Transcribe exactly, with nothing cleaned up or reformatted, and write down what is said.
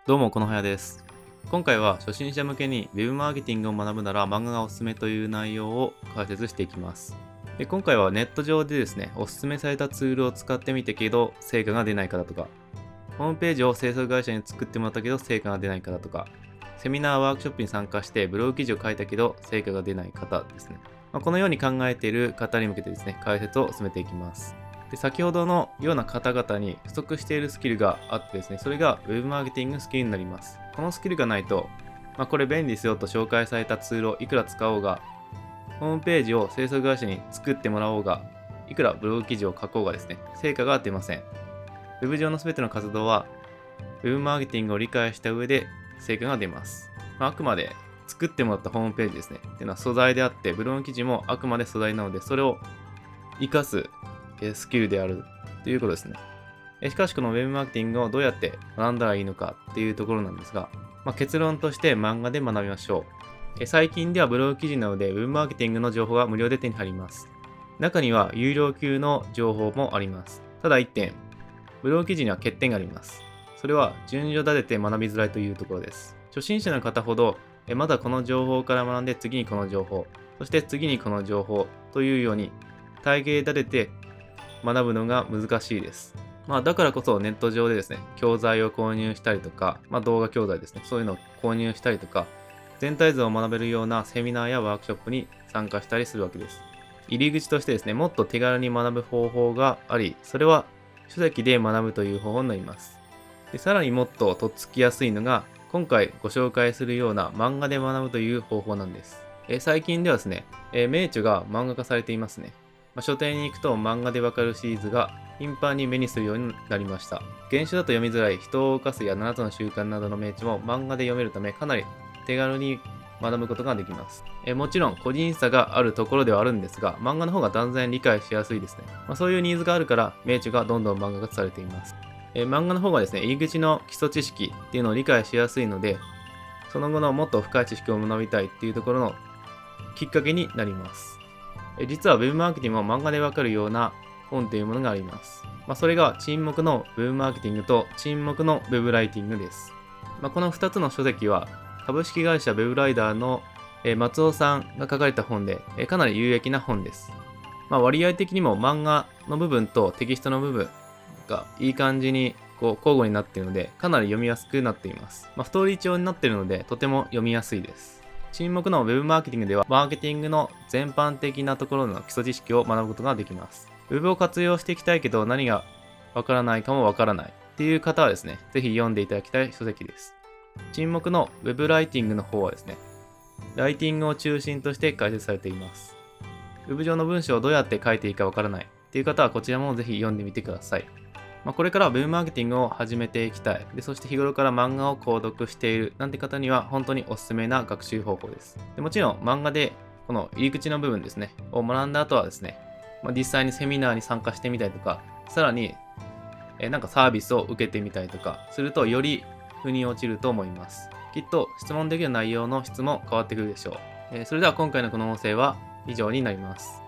どうも、このはやです。今回は初心者向けに Web マーケティングを学ぶなら漫画がおすすめという内容を解説していきます。で今回はネット上でですね、おすすめされたツールを使ってみたけど成果が出ない方とか、ホームページを制作会社に作ってもらったけど成果が出ない方とか、セミナーワークショップに参加してブログ記事を書いたけど成果が出ない方ですね。まあ、このように考えている方に向けてですね、解説を進めていきます。で先ほどのような方々に不足しているスキルがあってですね、それが Web マーケティングスキルになります。このスキルがないと、まあ、これ便利ですよと紹介されたツールをいくら使おうが、ホームページを制作会社に作ってもらおうが、いくらブログ記事を書こうがですね、成果が出ません。Web 上の全ての活動は Web マーケティングを理解した上で成果が出ます。まあ、あくまで作ってもらったホームページですね。っていうのは素材であって、ブログ記事もあくまで素材なので、それを活かすスキルであるということですね。しかしこの Web マーケティングをどうやって学んだらいいのかっていうところなんですが、まあ、結論として漫画で学びましょう。最近ではブログ記事などで Web マーケティングの情報が無料で手に入ります。中には有料級の情報もあります。ただ一点、ブログ記事には欠点があります。それは順序立てて学びづらいというところです。初心者の方ほど、まだこの情報から学んで次にこの情報、そして次にこの情報というように体系立てて学ぶのが難しいです。まあだからこそネット上でですね、教材を購入したりとか、まあ動画教材ですね、そういうのを購入したりとか、全体像を学べるようなセミナーやワークショップに参加したりするわけです。入り口としてですね、もっと手軽に学ぶ方法があり、それは書籍で学ぶという方法になります。でさらにもっととっつきやすいのが、今回ご紹介するような漫画で学ぶという方法なんです。え最近ではですね、え名著が漫画化されていますね。まあ、書店に行くと漫画でわかるシリーズが頻繁に目にするようになりました。原書だと読みづらい人を動かすやななつの習慣などの名著も漫画で読めるため、かなり手軽に学ぶことができます。えもちろん個人差があるところではあるんですが、漫画の方が断然理解しやすいですね。まあ、そういうニーズがあるから名著がどんどん漫画化されています。え漫画の方がですね、入り口の基礎知識っていうのを理解しやすいので、その後のもっと深い知識を学びたいっていうところのきっかけになります。実は Web マーケティングを漫画でわかるような本というものがあります。まあ、それが沈黙の Web マーケティングと沈黙の Web ライティングです。まあ、このふたつの書籍は株式会社 Web ライダーの松尾さんが書かれた本でかなり有益な本です。まあ、割合的にも漫画の部分とテキストの部分がいい感じにこう交互になっているので、かなり読みやすくなっています。まあ、ストーリー調になっているのでとても読みやすいです。沈黙の Web マーケティングでは、マーケティングの全般的なところの基礎知識を学ぶことができます。Web を活用していきたいけど何がわからないかもわからないっていう方はですね、ぜひ読んでいただきたい書籍です。沈黙の Web ライティングの方はですね、ライティングを中心として解説されています。Web 上の文章をどうやって書いていいかわからないっていう方はこちらもぜひ読んでみてください。まあ、これからは Web マーケティングを始めていきたい。で、そして日頃から漫画を購読しているなんて方には本当におすすめな学習方法です。でもちろん漫画でこの入り口の部分ですね、を学んだ後はですね、まあ、実際にセミナーに参加してみたりとか、さらにえなんかサービスを受けてみたりとかするとより腑に落ちると思います。きっと質問できる内容の質も変わってくるでしょう。えそれでは今回のこの音声は以上になります。